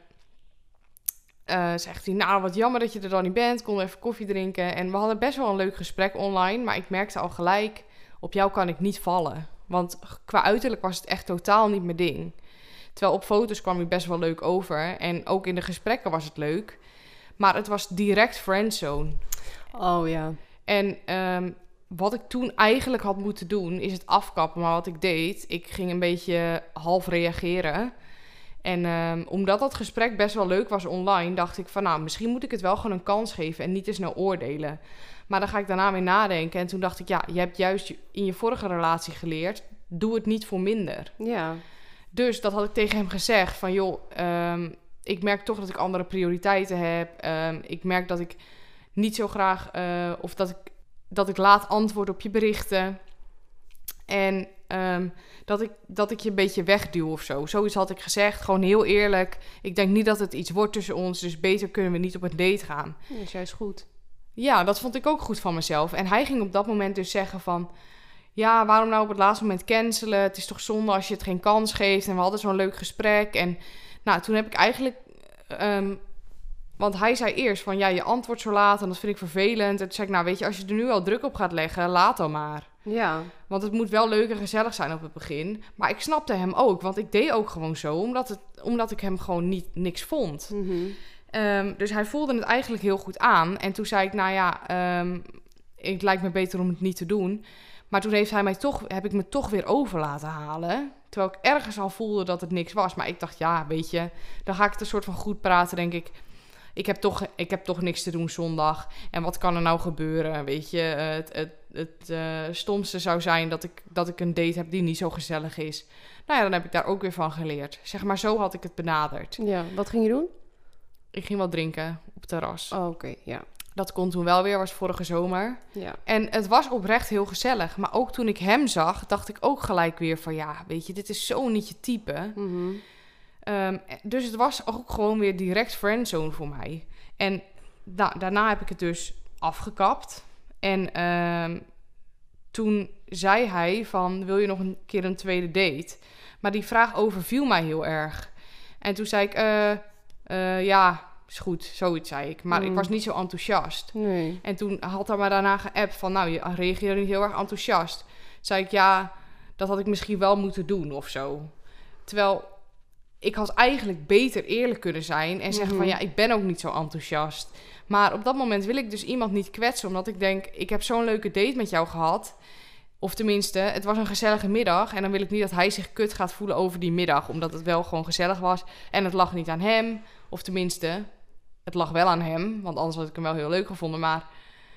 zegt hij, nou, wat jammer dat je er dan niet bent. Kon even koffie drinken. En we hadden best wel een leuk gesprek online. Maar ik merkte al gelijk, op jou kan ik niet vallen. Want qua uiterlijk was het echt totaal niet mijn ding. Terwijl op foto's kwam hij best wel leuk over. En ook in de gesprekken was het leuk. Maar het was direct friendzone. Oh ja. En wat ik toen eigenlijk had moeten doen, is het afkappen. Maar wat ik deed, ik ging een beetje half reageren. En omdat dat gesprek best wel leuk was online, dacht ik van, nou, misschien moet ik het wel gewoon een kans geven en niet te snel oordelen. Maar dan ga ik daarna weer nadenken. En toen dacht ik, ja, je hebt juist in je vorige relatie geleerd, doe het niet voor minder. Ja. Dus dat had ik tegen hem gezegd, van joh, ik merk toch dat ik andere prioriteiten heb. Ik merk dat ik niet zo graag, of dat ik laat antwoord op je berichten. En dat ik je een beetje wegduw of zo. Zoiets had ik gezegd, gewoon heel eerlijk. Ik denk niet dat het iets wordt tussen ons, dus beter kunnen we niet op een date gaan. dat is juist goed. Ja, dat vond ik ook goed van mezelf. En hij ging op dat moment dus zeggen van, ja, waarom nou op het laatste moment cancelen? Het is toch zonde als je het geen kans geeft. En we hadden zo'n leuk gesprek. En nou, toen heb ik eigenlijk... want hij zei eerst van, ja, je antwoordt zo laat en dat vind ik vervelend. En toen zei ik, nou, weet je, als je er nu al druk op gaat leggen, laat dan maar. Ja. Want het moet wel leuk en gezellig zijn op het begin. Maar ik snapte hem ook, want ik deed ook gewoon zo, omdat ik hem gewoon niks vond. Mm-hmm. Dus hij voelde het eigenlijk heel goed aan. En toen zei ik, nou ja, het lijkt me beter om het niet te doen. Maar toen heb ik me toch weer over laten halen. Terwijl ik ergens al voelde dat het niks was. Maar ik dacht, ja, weet je, dan ga ik het een soort van goed praten, denk ik. Ik heb toch niks te doen zondag. En wat kan er nou gebeuren? Weet je, het stomste zou zijn dat ik een date heb die niet zo gezellig is. Nou ja, dan heb ik daar ook weer van geleerd. Zeg maar, zo had ik het benaderd. Ja, wat ging je doen? Ik ging wel drinken op het terras. Oh, oké, ja. Dat kon toen wel weer, was vorige zomer. Ja. En het was oprecht heel gezellig. Maar ook toen ik hem zag, dacht ik ook gelijk weer van, ja, weet je, dit is zo niet je type. Mm-hmm. Dus het was ook gewoon weer direct friendzone voor mij. En daarna heb ik het dus afgekapt. En toen zei hij van, wil je nog een keer een tweede date? Maar die vraag overviel mij heel erg. En toen zei ik, ja, is goed, zoiets zei ik. Maar ik was niet zo enthousiast. Nee. En toen had hij me daarna geappt van, nou, je reageerde niet heel erg enthousiast. Zei ik, ja, dat had ik misschien wel moeten doen of zo. Terwijl ik had eigenlijk beter eerlijk kunnen zijn en zeggen van, ja, ik ben ook niet zo enthousiast. Maar op dat moment wil ik dus iemand niet kwetsen, omdat ik denk, ik heb zo'n leuke date met jou gehad. Of tenminste, het was een gezellige middag. En dan wil ik niet dat hij zich kut gaat voelen over die middag, omdat het wel gewoon gezellig was. En het lag niet aan hem. Of tenminste, het lag wel aan hem, want anders had ik hem wel heel leuk gevonden. Maar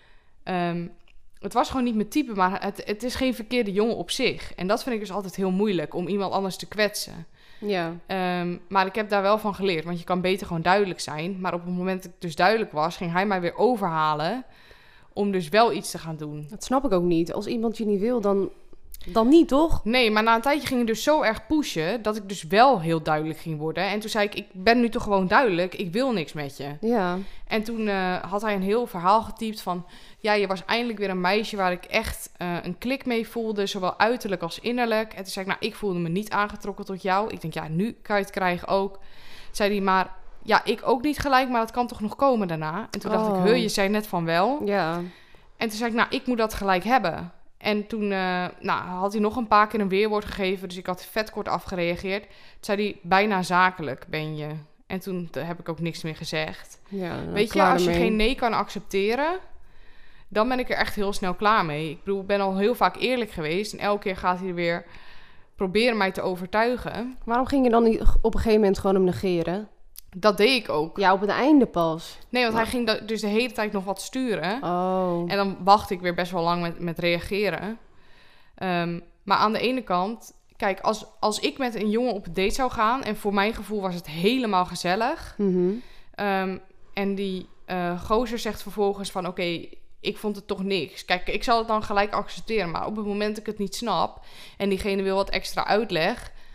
het was gewoon niet mijn type, maar het is geen verkeerde jongen op zich. En dat vind ik dus altijd heel moeilijk, om iemand anders te kwetsen. Ja. Maar ik heb daar wel van geleerd, want je kan beter gewoon duidelijk zijn. Maar op het moment dat ik dus duidelijk was, ging hij mij weer overhalen om dus wel iets te gaan doen. Dat snap ik ook niet. Als iemand je niet wil, dan niet, toch? Nee, maar na een tijdje ging hij dus zo erg pushen dat ik dus wel heel duidelijk ging worden. En toen zei ik ben nu toch gewoon duidelijk, ik wil niks met je. Ja. En toen had hij een heel verhaal getypt van, ja, je was eindelijk weer een meisje waar ik echt een klik mee voelde, zowel uiterlijk als innerlijk. En toen zei ik, nou, ik voelde me niet aangetrokken tot jou. Ik denk, ja, nu kan je het krijgen ook. Zei hij, maar ja, ik ook niet gelijk, maar dat kan toch nog komen daarna. En toen dacht ik, je zei net van wel. Ja. En toen zei ik, nou, ik moet dat gelijk hebben. En toen had hij nog een paar keer een weerwoord gegeven, dus ik had vet kort afgereageerd. Toen zei hij, bijna zakelijk ben je. En toen heb ik ook niks meer gezegd. Ja, weet je, als je geen nee kan accepteren, dan ben ik er echt heel snel klaar mee. Ik bedoel, ik ben al heel vaak eerlijk geweest en elke keer gaat hij weer proberen mij te overtuigen. Waarom ging je dan niet op een gegeven moment gewoon hem negeren? Dat deed ik ook. Ja, op het einde pas. Nee, want hij ging dus de hele tijd nog wat sturen. Oh. En dan wachtte ik weer best wel lang met reageren. Maar aan de ene kant, kijk, als ik met een jongen op een date zou gaan, en voor mijn gevoel was het helemaal gezellig. Mm-hmm. En die gozer zegt vervolgens van, oké, ik vond het toch niks. Kijk, ik zal het dan gelijk accepteren. Maar op het moment dat ik het niet snap en diegene wil wat extra uitleg,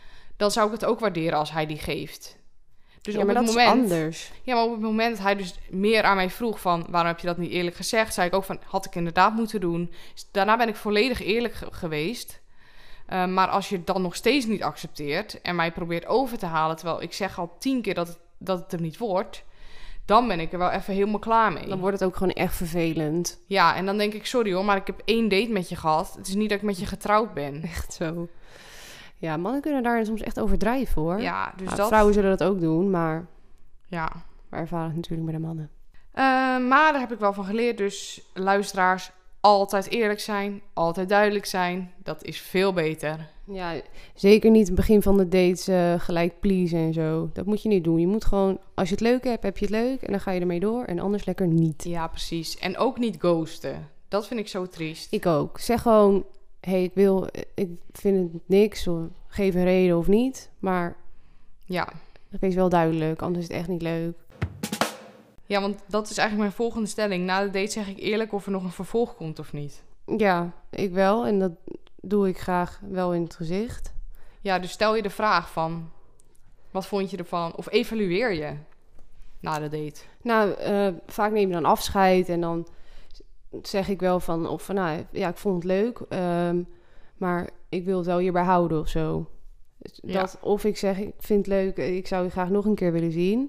dan zou ik het ook waarderen als hij die geeft. Dus ja, op maar het dat moment, is anders. Ja, maar op het moment dat hij dus meer aan mij vroeg van... waarom heb je dat niet eerlijk gezegd? Zei ik ook van, had ik inderdaad moeten doen. Dus daarna ben ik volledig eerlijk geweest. Maar als je het dan nog steeds niet accepteert... en mij probeert over te halen... terwijl ik zeg al 10 keer dat het er niet wordt... dan ben ik er wel even helemaal klaar mee. Dan wordt het ook gewoon echt vervelend. Ja, en dan denk ik, sorry hoor, maar ik heb 1 date met je gehad. Het is niet dat ik met je getrouwd ben. Echt zo. Ja, mannen kunnen daar soms echt overdrijven, hoor. Ja, dus Nou, dat... vrouwen zullen dat ook doen, maar Ja. we ervaren het natuurlijk bij de mannen. Maar daar heb ik wel van geleerd. Dus luisteraars, altijd eerlijk zijn. Altijd duidelijk zijn. Dat is veel beter. Ja, zeker niet het begin van de dates gelijk pleasen en zo. Dat moet je niet doen. Je moet gewoon, als je het leuk hebt, heb je het leuk. En dan ga je ermee door. En anders lekker niet. Ja, precies. En ook niet ghosten. Dat vind ik zo triest. Ik ook. Zeg gewoon, hey, ik vind het niks. Of geef een reden of niet. Maar Ja. wees wel duidelijk, anders is het echt niet leuk. Ja, want dat is eigenlijk mijn volgende stelling. Na de date zeg ik eerlijk of er nog een vervolg komt of niet. Ja, ik wel. En dat doe ik graag wel in het gezicht. Ja, dus stel je de vraag van... wat vond je ervan? Of evalueer je na de date? Nou, vaak neem je dan afscheid en dan zeg ik wel van nou, ja, ik vond het leuk, maar ik wil het wel hierbij houden of zo. Ja. Dat, of ik zeg, ik vind het leuk, ik zou je graag nog een keer willen zien.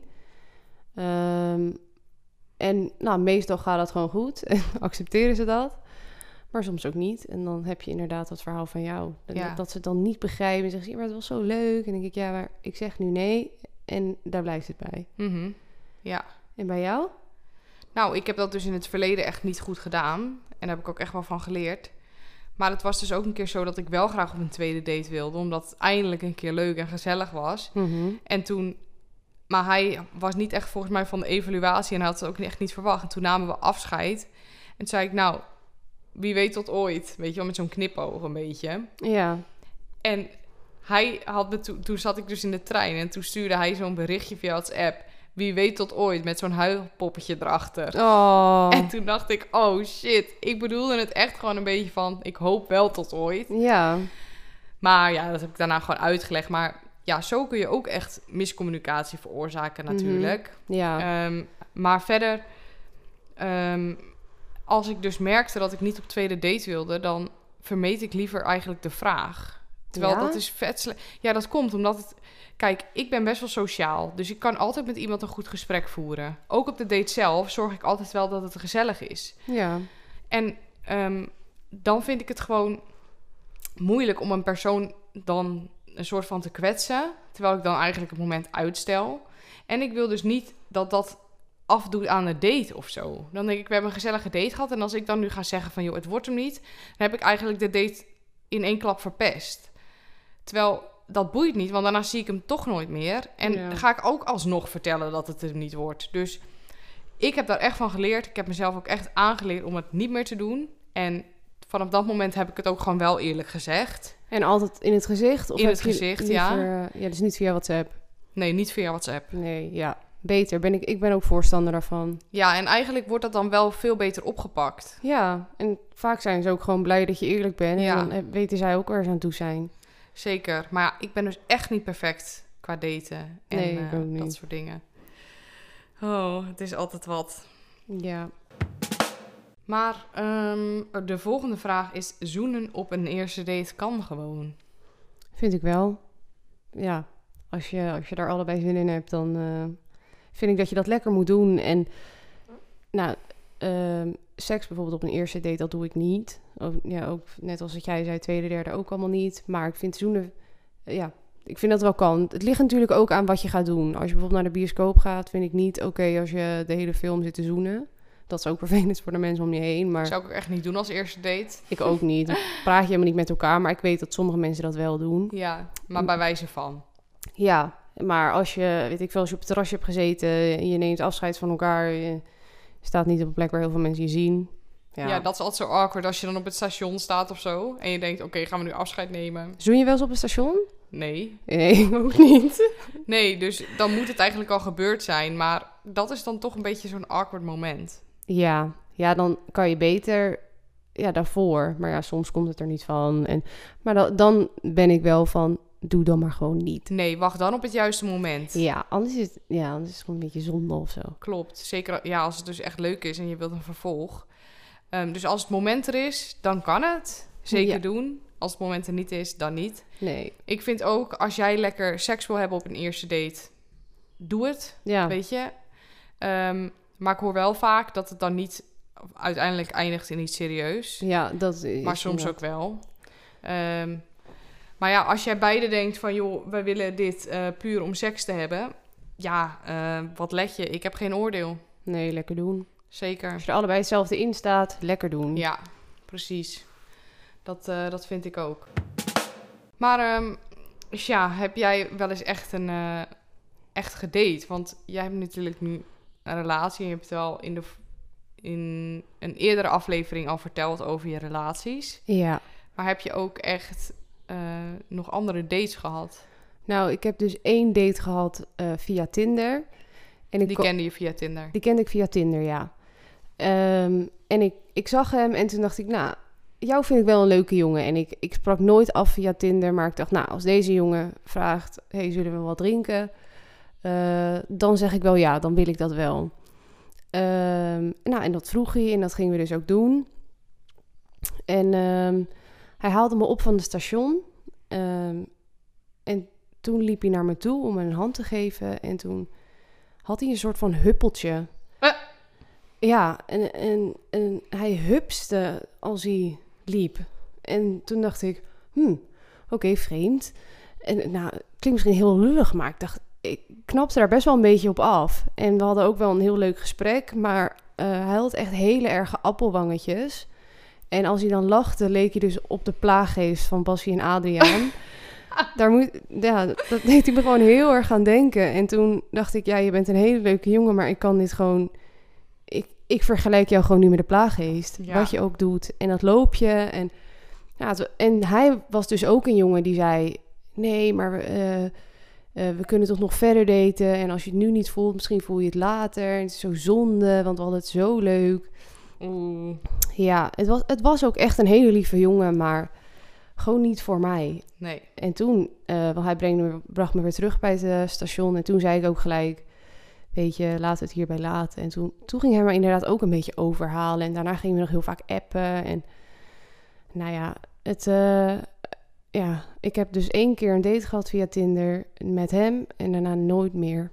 En nou, meestal gaat dat gewoon goed en accepteren ze dat. Maar soms ook niet. En dan heb je inderdaad dat verhaal van jou. Ja. Dat ze het dan niet begrijpen en zeggen, ja, maar het was zo leuk. En dan denk ik, ja, maar ik zeg nu nee en daar blijft het bij. Mhm. Ja. En bij jou? Nou, ik heb dat dus in het verleden echt niet goed gedaan. En daar heb ik ook echt wel van geleerd. Maar het was dus ook een keer zo dat ik wel graag op een tweede date wilde. Omdat het eindelijk een keer leuk en gezellig was. En toen... Maar hij was niet echt volgens mij van de evaluatie. En hij had het ook echt niet verwacht. En toen namen we afscheid. En toen zei ik, nou, wie weet tot ooit. Weet je wel, met zo'n knipoog een beetje. Ja. En hij had me toen zat ik dus in de trein. En toen stuurde hij zo'n berichtje via WhatsApp. Wie weet tot ooit, met zo'n huilpoppetje erachter. Oh. En toen dacht ik, oh shit. Ik bedoelde het echt gewoon een beetje van... ik hoop wel tot ooit. Ja. Maar ja, dat heb ik daarna gewoon uitgelegd. Maar ja, zo kun je ook echt miscommunicatie veroorzaken natuurlijk. Ja. Maar verder... als ik dus merkte dat ik niet op tweede date wilde... dan vermeed ik liever eigenlijk de vraag. Terwijl Ja? dat is vet slecht. Ja, dat komt omdat het... Kijk, ik ben best wel sociaal. Dus ik kan altijd met iemand een goed gesprek voeren. Ook op de date zelf zorg ik altijd wel dat het gezellig is. Ja. En dan vind ik het gewoon moeilijk om een persoon dan een soort van te kwetsen. Terwijl ik dan eigenlijk het moment uitstel. En ik wil dus niet dat dat afdoet aan de date of zo. Dan denk ik, we hebben een gezellige date gehad. En als ik dan nu ga zeggen van, joh, het wordt hem niet. Dan heb ik eigenlijk de date in 1 klap verpest. Terwijl dat boeit niet, want daarna zie ik hem toch nooit meer. En Ja. ga ik ook alsnog vertellen dat het hem niet wordt. Dus ik heb daar echt van geleerd. Ik heb mezelf ook echt aangeleerd om het niet meer te doen. En vanaf dat moment heb ik het ook gewoon wel eerlijk gezegd. En altijd in het gezicht? Of In heb het je gezicht, liever, ja. Dus niet via WhatsApp? Nee, niet via WhatsApp. Nee, ja. Beter. Ik ben ook voorstander daarvan. Ja, en eigenlijk wordt dat dan wel veel beter opgepakt. Ja, en vaak zijn ze ook gewoon blij dat je eerlijk bent. Ja. En dan weten zij ook waar ze aan toe zijn. Zeker. Maar ja, ik ben dus echt niet perfect qua daten. En Nee, ik ook niet. dat soort dingen. Oh, het is altijd wat. Ja. Maar de volgende vraag is... zoenen op een eerste date kan gewoon. Vind ik wel. Ja. Als je daar allebei zin in hebt, dan vind ik dat je dat lekker moet doen. En nou, seks bijvoorbeeld op een eerste date, dat doe ik niet. Ook net als wat jij zei, tweede, derde ook allemaal niet. Maar ik vind zoenen, ik vind dat wel kan. Het ligt natuurlijk ook aan wat je gaat doen. Als je bijvoorbeeld naar de bioscoop gaat, vind ik niet oké als je de hele film zit te zoenen. Dat is ook vervelend voor de mensen om je heen. Maar Zou ik ook echt niet doen als eerste date. ik ook niet. Dan praat je helemaal niet met elkaar. Maar ik weet dat sommige mensen dat wel doen. Ja, maar bij wijze van. Ja, maar als je, weet ik veel, als je op het terrasje hebt gezeten en je neemt afscheid van elkaar, je staat niet op een plek waar heel veel mensen je zien. Ja, dat is altijd zo awkward als je dan op het station staat of zo. En je denkt, oké, gaan we nu afscheid nemen? Zoen je wel eens op een station? Nee. Nee, ook niet. Nee, dus dan moet het eigenlijk al gebeurd zijn. Maar dat is dan toch een beetje zo'n awkward moment. Ja, dan kan je beter daarvoor. Maar ja, soms komt het er niet van. Maar dan ben ik wel van, doe dan maar gewoon niet. Nee, wacht dan op het juiste moment. Ja, anders is het gewoon een beetje zonde of zo. Klopt. Zeker als het dus echt leuk is en je wilt een vervolg. Dus als het moment er is, dan kan het. Zeker doen. Als het moment er niet is, dan niet. Nee. Ik vind ook, als jij lekker seks wil hebben op een eerste date, doe het. Ja. Weet je. Maar ik hoor wel vaak dat het dan niet uiteindelijk eindigt in iets serieus. Ja, dat is Maar soms ook wel. Maar ja, als jij beide denkt van, joh, we willen dit puur om seks te hebben. Ja, wat let je? Ik heb geen oordeel. Nee, lekker doen. Zeker. Als je er allebei hetzelfde in staat, lekker doen. Ja, precies. Dat vind ik ook. Maar heb jij wel eens echt echt gedate? Want jij hebt natuurlijk nu een relatie en je hebt het wel in een eerdere aflevering al verteld over je relaties. Ja. Maar heb je ook echt nog andere dates gehad? Nou, ik heb dus 1 date gehad via Tinder. En Die kende je via Tinder? Die kende ik via Tinder, ja. En ik zag hem en toen dacht ik, nou, jou vind ik wel een leuke jongen. En ik sprak nooit af via Tinder, maar ik dacht, nou, als deze jongen vraagt, hey, zullen we wat drinken? Dan zeg ik wel ja, dan wil ik dat wel. En dat vroeg hij en dat gingen we dus ook doen. En hij haalde me op van het station. En toen liep hij naar me toe om me een hand te geven. En toen had hij een soort van huppeltje. Ja, en hij hupste als hij liep. En toen dacht ik, oké, vreemd. En nou, het klinkt misschien heel lullig, maar ik knapte daar best wel een beetje op af. En we hadden ook wel een heel leuk gesprek, maar hij had echt hele erge appelwangetjes. En als hij dan lachte, leek hij dus op de plaaggeest van Bassie en Adriaan. Dat deed hij me gewoon heel erg aan denken. En toen dacht ik, ja, je bent een hele leuke jongen, maar ik kan dit gewoon... Ik vergelijk jou gewoon nu met de plaaggeest. Ja. Wat je ook doet. En dat loopje. En hij was dus ook een jongen die zei... Nee, maar we kunnen toch nog verder daten. En als je het nu niet voelt, misschien voel je het later. En het is zo zonde, want we hadden het zo leuk. Ja, het was ook echt een hele lieve jongen, maar gewoon niet voor mij. Nee. En toen, want hij bracht me weer terug bij het station. En toen zei ik ook gelijk... Weet je, laten we het hierbij laten. En toen ging hij me inderdaad ook een beetje overhalen. En daarna gingen we nog heel vaak appen. En nou ja, ik heb dus 1 keer een date gehad via Tinder met hem. En daarna nooit meer.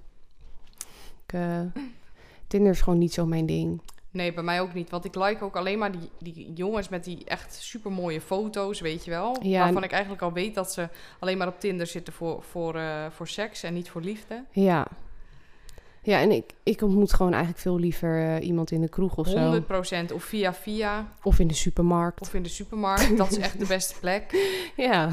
Tinder is gewoon niet zo mijn ding. Nee, bij mij ook niet. Want ik like ook alleen maar die jongens met die echt super mooie foto's, weet je wel. Ja, waarvan ik eigenlijk al weet dat ze alleen maar op Tinder zitten voor seks en niet voor liefde. Ja. Ja, en ik ontmoet gewoon eigenlijk veel liever iemand in de kroeg of zo. 100% of via. Of in de supermarkt. Dat is echt de beste plek. Ja.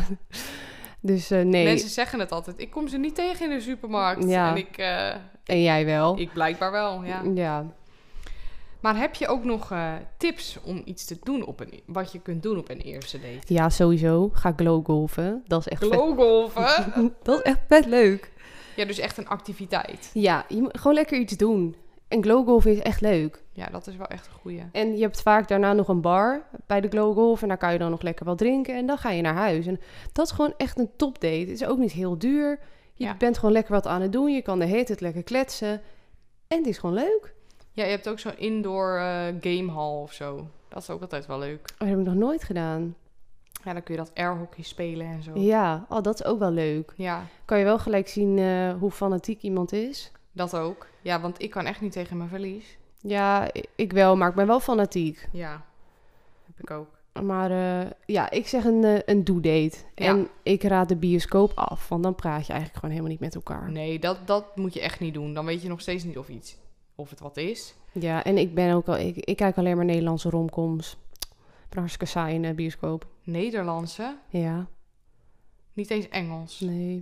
Dus nee. Mensen zeggen het altijd. Ik kom ze niet tegen in de supermarkt. Ja. En jij wel? Ik blijkbaar wel, ja. Ja. Maar heb je ook nog tips om iets te doen wat je kunt doen op een eerste date? Ja, sowieso. Ga glowgolfen. Dat is echt glowgolfen? Dat is echt vet leuk. Ja, dus echt een activiteit. Ja, je moet gewoon lekker iets doen. En glowgolfen is echt leuk. Ja, dat is wel echt een goeie. En je hebt vaak daarna nog een bar bij de glowgolf. En daar kan je dan nog lekker wat drinken. En dan ga je naar huis. En dat is gewoon echt een topdate. Het is ook niet heel duur. Je bent gewoon lekker wat aan het doen. Je kan de hele tijd lekker kletsen. En het is gewoon leuk. Ja, je hebt ook zo'n indoor gamehall of zo. Dat is ook altijd wel leuk. Oh, dat heb ik nog nooit gedaan. Ja, dan kun je dat airhockey spelen en zo. Ja, dat is ook wel leuk. Ja. Kan je wel gelijk zien hoe fanatiek iemand is. Dat ook. Ja, want ik kan echt niet tegen mijn verlies. Ja, ik wel, maar ik ben wel fanatiek. Ja, heb ik ook. Maar ik zeg een do-date. Ja. En ik raad de bioscoop af, want dan praat je eigenlijk gewoon helemaal niet met elkaar. Nee, dat moet je echt niet doen. Dan weet je nog steeds niet of het wat is. Ja, en ik kijk alleen maar Nederlandse romcoms. Ik ben hartstikke saai in de bioscoop. Nederlandse? Ja. Niet eens Engels? Nee.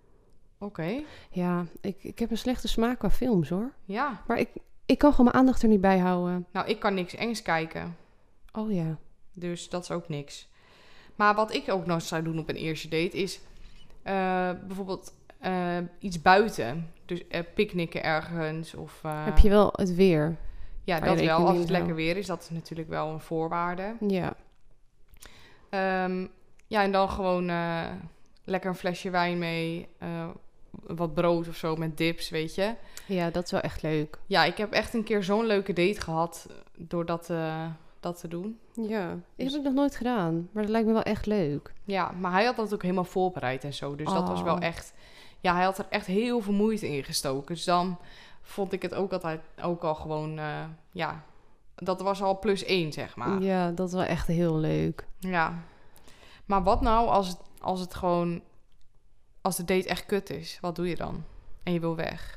Oké. Ja, ik heb een slechte smaak qua films, hoor. Ja. Maar ik kan gewoon mijn aandacht er niet bij houden. Nou, ik kan niks Engels kijken. Oh ja. Dus dat is ook niks. Maar wat ik ook nog zou doen op een eerste date is... bijvoorbeeld iets buiten. Dus picknicken ergens of... Heb je wel het weer? Ja, dat wel. Als het lekker weer is, dat is natuurlijk wel een voorwaarde. Ja. En dan gewoon Lekker een flesje wijn mee. Wat brood of zo met dips, weet je. Ja, dat is wel echt leuk. Ja, ik heb echt een keer zo'n leuke date gehad door dat te doen. Ja, dat Dus- heb ik nog nooit gedaan. Maar dat lijkt me wel echt leuk. Ja, maar hij had dat ook helemaal voorbereid en zo. Dus dat was wel echt... Ja, hij had er echt heel veel moeite in gestoken. Dus dan vond ik het ook altijd ook al gewoon... ja, dat was al +1, zeg maar. Ja, dat is wel echt heel leuk. Ja. Maar wat nou als het gewoon... Als de date echt kut is? Wat doe je dan? En je wil weg?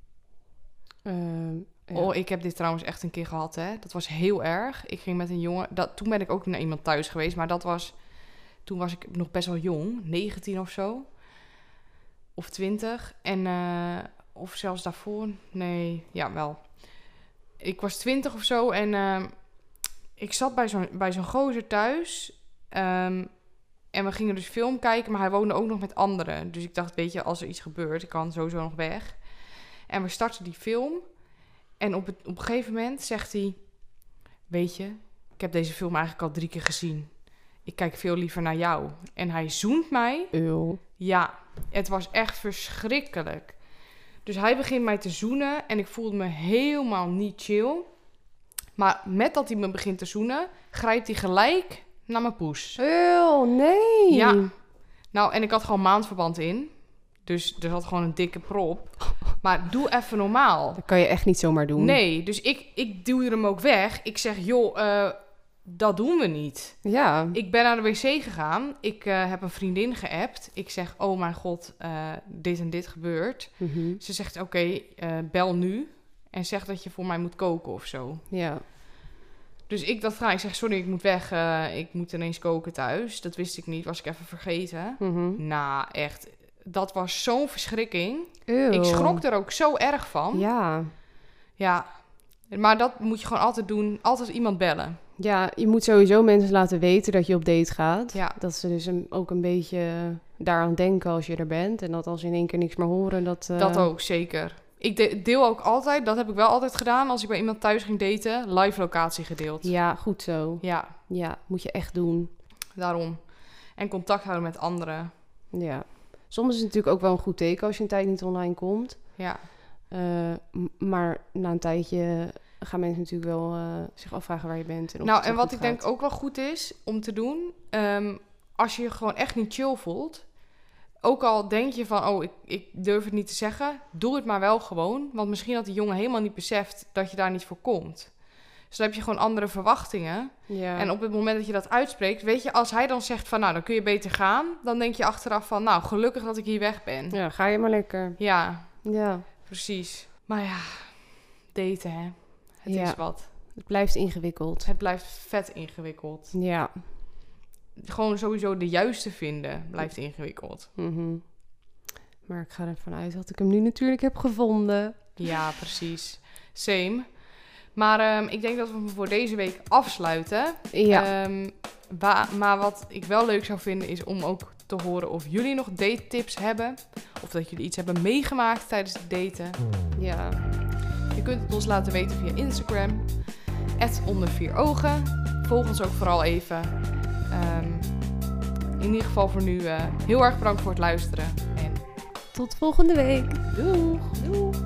Ja. Oh, ik heb dit trouwens echt een keer gehad, hè. Dat was heel erg. Ik ging met een jongen... Toen ben ik ook naar iemand thuis geweest. Maar toen was ik nog best wel jong. 19 of zo. Of 20. En... of zelfs daarvoor. Nee, ja, wel. Ik was 20 of zo. En ik zat bij zo'n gozer thuis. En we gingen dus film kijken. Maar hij woonde ook nog met anderen. Dus ik dacht, weet je, als er iets gebeurt... Ik kan sowieso nog weg. En we starten die film... En op een gegeven moment zegt hij... Weet je, ik heb deze film eigenlijk al 3 keer gezien. Ik kijk veel liever naar jou. En hij zoent mij. Eeuw. Ja, het was echt verschrikkelijk. Dus hij begint mij te zoenen. En ik voelde me helemaal niet chill. Maar met dat hij me begint te zoenen... grijpt hij gelijk naar mijn poes. Eeuw, nee. Ja. Nou, en ik had gewoon maandverband in. Dus er zat gewoon een dikke prop. Maar doe even normaal. Dat kan je echt niet zomaar doen. Nee, dus ik duwde hem ook weg. Ik zeg, joh, dat doen we niet. Ja. Ik ben naar de wc gegaan. Ik heb een vriendin geappt. Ik zeg, oh mijn god, dit en dit gebeurt. Mhm. Ze zegt, oké, bel nu. En zeg dat je voor mij moet koken of zo. Ja. Dus ik dacht, ik zeg, sorry, ik moet weg. Ik moet ineens koken thuis. Dat wist ik niet, was ik even vergeten. Mhm. Nou, echt, dat was zo'n verschrikking. Eeuw. Ik schrok er ook zo erg van. Ja. Ja, maar dat moet je gewoon altijd doen. Altijd iemand bellen. Ja, je moet sowieso mensen laten weten dat je op date gaat. Ja. Dat ze dus ook een beetje daaraan denken als je er bent. En dat als ze in één keer niks meer horen, dat... Dat ook, zeker. Ik deel ook altijd, dat heb ik wel altijd gedaan... als ik bij iemand thuis ging daten, live locatie gedeeld. Ja, goed zo. Ja, Ja, moet je echt doen. daarom. En contact houden met anderen. Ja. Soms is het natuurlijk ook wel een goed teken als je een tijd niet online komt. Ja, Maar na een tijdje gaan mensen natuurlijk wel zich afvragen waar je bent. En of nou, het zo en wat goed ik denk gaat. ook wel goed is om te doen... als je je gewoon echt niet chill voelt... ook al denk je van, oh, ik durf het niet te zeggen... doe het maar wel gewoon. Want misschien had die jongen helemaal niet beseft... dat je daar niet voor komt. Dus dan heb je gewoon andere verwachtingen... Ja. En op het moment dat je dat uitspreekt, weet je, als hij dan zegt van, nou, dan kun je beter gaan, dan denk je achteraf van, nou, gelukkig dat ik hier weg ben. Ja, ga je maar lekker. Ja, Ja. precies. Maar ja, daten, hè. Het Ja. is wat. Het blijft ingewikkeld. Het blijft vet ingewikkeld. Ja. Gewoon sowieso de juiste vinden blijft ingewikkeld. Mhm. Maar ik ga ervan uit dat ik hem nu natuurlijk heb gevonden. Ja, precies. Same. Maar ik denk dat we hem voor deze week afsluiten. Ja. Maar wat ik wel leuk zou vinden is om ook te horen of jullie nog date tips hebben. Of dat jullie iets hebben meegemaakt tijdens het daten. Ja. Je kunt het ons laten weten via Instagram. @onder4ogen. Volg ons ook vooral even. In ieder geval voor nu heel erg bedankt voor het luisteren. En Tot volgende week. doeg! Doei.